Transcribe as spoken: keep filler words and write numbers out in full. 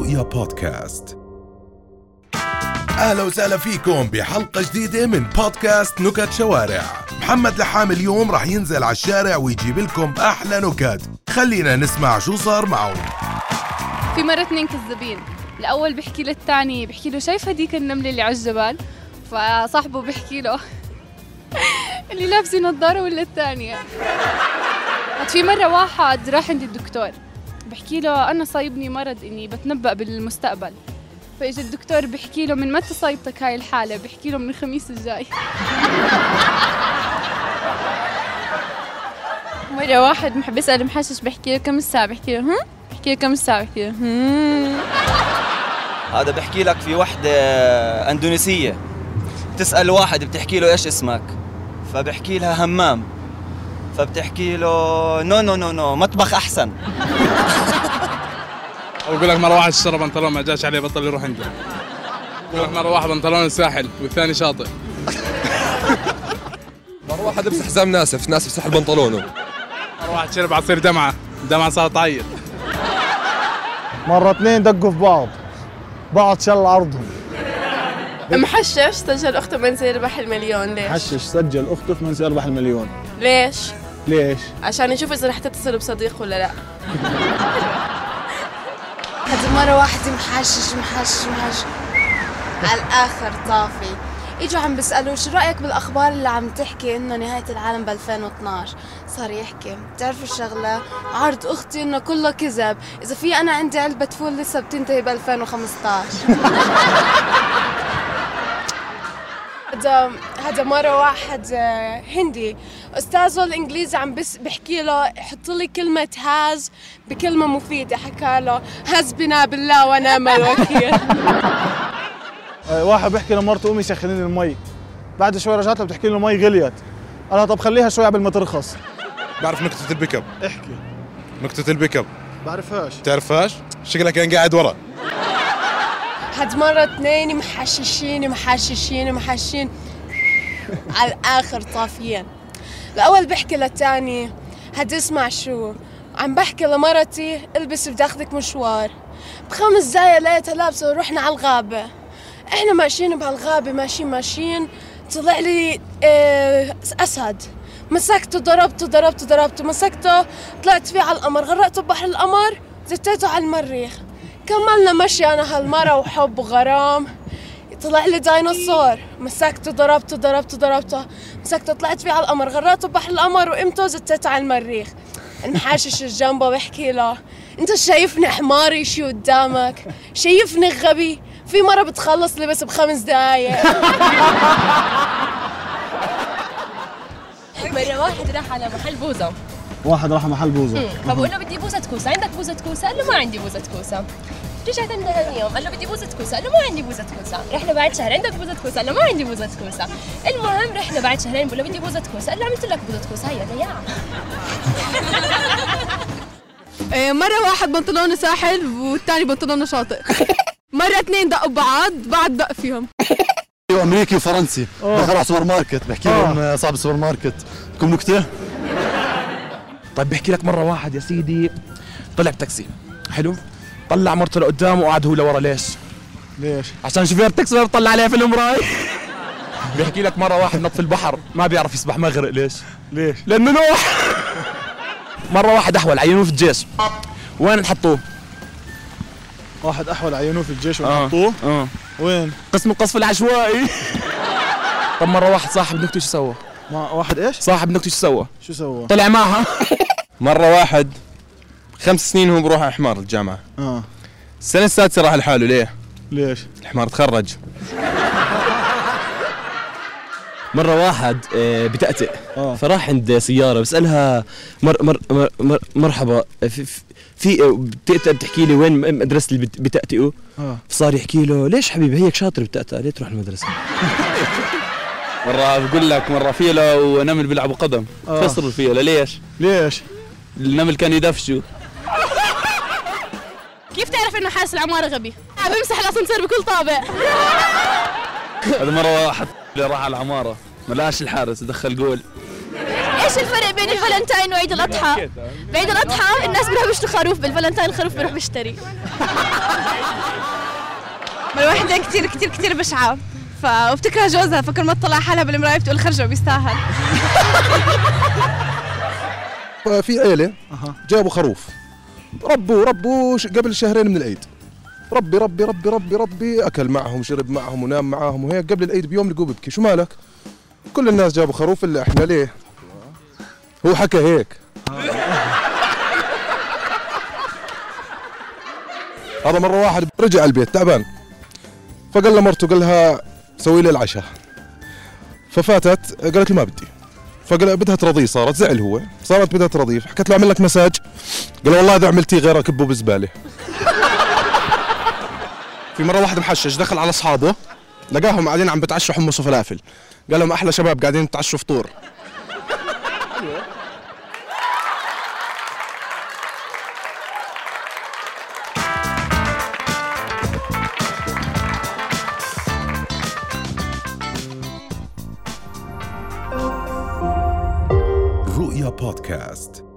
رؤيا بودكاست. أهلا وسهلا فيكم بحلقة جديدة من بودكاست نكت شوارع. محمد لحام اليوم رح ينزل على الشارع ويجيب لكم أحلى نكت. خلينا نسمع شو صار معه. في مرة اثنين كذابين، الأول بيحكي للثاني بيحكي له شايف هديك النملة اللي على الجبل؟ فصاحبه بيحكي له اللي لابسه نظارة ولا الثانية؟ في مرة واحد راح عند الدكتور بيحكي له أنا صايبني مرض إني بتنبأ بالمستقبل. فإجا الدكتور بيحكي له من متى صايبتك هاي الحالة؟ بيحكي له من الخميس الجاي. مرة واحد محب يسأل محشش بيحكي له كم الساعة؟ بيحكي له هم؟ بيحكي له كم الساعة؟ بيحكي له هم. هذا بحكي لك في وحدة أندونيسية تسأل واحد بتحكي له إيش اسمك؟ فبحكي لها همام. فبتحكي له نو نو نو نو مطبخ أحسن. أقول لك مرة واحد اشترى بنطلون ما جاش عليه بطل يروح عنده. أقول لك مرة واحد بنطلون الساحل والثاني شاطئ. مرة واحد لبس حزام ناسف ناسف سحب بنطلونه. مرة واحد شرب عصير دمعة دمعة صارت تعيط. مرة اثنين دقوا في بعض بعض شل عرضهم. محشش سجل أخته منزل يربح المليون. ليش؟ محشش سجل أخته في منزل يربح المليون. ليش؟ ليش؟ عشان يشوف إذا رح تتصل بصديق ولا لا. هذا مرة واحد محشش محشش محشش على الآخر طافي. إجوا عم بيسألوه شو رأيك بالأخبار اللي عم تحكي إنه نهاية العالم ب ألفين واثناشر؟ صار يحكي بتعرفوا الشغلة؟ عرض أختي إنه كله كذب، إذا في أنا عندي علبة فول لسه بتنتهي ب ألفين وخمسطعش. هذا هذا مرة واحد هندي أستاذه الإنجليزي عم بس بحكي له حط لي كلمة هاز بكلمة مفيدة. حكى له حسبنا بالله ونعم الوكيل. واحد بيحكي لمرته قومي سخنيني المي، بعد شوي رجعت له بتحكي له المي غليت، قالها طب خليها شوي قبل ما ترخص. بعرف نكتة البيك اب. احكي. نكتة البيك اب بعرفهاش. تعرفهاش؟ شكلك كان قاعد ورا. هاد مرة اثنين محششين محششين محششين على الآخر طافيين. الأول بحكي للتاني هاد اسمع شو عم بحكي لمرتي البس بداخلك مشوار. بخمس دقايق لقيتها لابسة ورحنا على الغابة. احنا ماشيين بهالغابة ماشيين ماشيين طلع لي اه أسد. مسكته ضربته ضربته ضربته مسكته طلعت فيه على القمر غرقته ببحر القمر زتيته على المريخ. كملنا مشي أنا هالمرة وحب وغرام. طلع لي ديناصور مسكته ضربته ضربته ضربته مسكته طلعت فيه على القمر غرقته ببحر القمر وقمته زتيته على المريخ. المحاشش الجنبه بحكي له انت شايفني حماري شي قدامك؟ شايفني غبي؟ في مرة بتخلص لي بس بخمس دقايق. مرة واحد راح على محل بوزة. واحد راح محل بوزة فبقول له بدي بوزة كوسة، عندك بوزة كوسة؟ قال له ما عندي بوزة كوسة. رجعت عنده ثاني يوم قال له بدي بوزة كوسة، قال له ما عندي بوزة كوسة. رحنا بعد شهر عندك بوزة كوسة؟ قال له ما عندي بوزة كوسة. المهم رحنا بعد شهرين بقول له بدي بوزة كوسة، قال له عملت لك بوزة كوسة هي ضياع. مرة واحد بنطلونه ساحل والثاني بنطلونه شاطئ. مرة اثنين دقوا بعض بعد دق فيهم. امريكي وفرنسي دخلوا على سوبر ماركت بحكي لهم صاحب السوبر ماركت لكم نكته. طيب بحكي لك مره واحد يا سيدي طلع بتاكسي حلو طلع مرته لقدام وقعد هو لورا. ليش؟ ليش؟ عشان شوفير التاكسي ما بيطلع عليه فيلم راي. بيحكي لك مره واحد نط في البحر ما بيعرف يسبح مغرق. ليش؟ ليش؟ لانه نوح. مره واحد احول عينوه في الجيش وين نحطوه؟ واحد احول عينوه في الجيش ونحطوه اه اه وين؟ قسم القصف العشوائي. طب مره واحد صاحب نكته شو سوى؟ ما واحد ايش؟ صاحب نكته شو سوى؟ شو سوى؟ طلع معها. مرة واحد خمس سنين هو بروح حمار الجامعة. اه السنة السادسة راح لحاله. ليه؟ ليش؟ الحمار تخرج. مرة واحد بتأتئ آه. فراح عند سيارة بسألها مر مر مر مر مرحبا في, في بتأتئ بتحكي لي وين مدرسة اللي بتأتئوا؟ آه. فصار يحكي له ليش حبيبي هيك شاطر بتأتئ ليه تروح المدرسة؟ مرة بقول لك مرة فيلة ونمل بيلعبوا قدم آه. خسروا الفيلة. ليش؟ ليش؟ النمل كان يدفشوا. كيف تعرف انه حارس العمارة غبي؟ بمسح الاسانسير بكل طابع. هذا مرة واحد راح على العمارة ما لقاش الحارس دخل جول. ايش الفرق بين الفالنتاين وعيد الاضحى؟ بعيد الاضحى الناس بيروحوا يشتروا خروف، بالفالنتاين الخروف بيروح بيشتري. الوحده كثير كثير كثير بشعه، فبتكره جوزها، فكل ما تطلع حالها بالمرايه بتقول خرجوا بيستاهل. في عيله جابوا خروف، ربوا ربوا قبل شهرين من العيد، ربي ربي ربي ربي ربي اكل معهم شرب معهم ونام معهم، وهيك قبل العيد بيوم لقوه ببكي. شو مالك؟ كل الناس جابوا خروف الا احنا، ليه؟ هو حكى هيك. هذا مره واحد رجع البيت تعبان، فقال لمرته قال لها سوي لي العشاء، ففاتت قالت له ما بدي، فقال بدها ترضيه، صارت زعل هو، صارت بدها ترضيه، حكت له اعمل لك مساج، قال والله اذا عملتيه غير اكبه بزباله. في مره واحد محشش دخل على اصحابه لقاهم قاعدين عم بتعشوا حمص وفلافل، قال لهم احلى شباب قاعدين بتعشوا فطور. رؤيا بودكاست.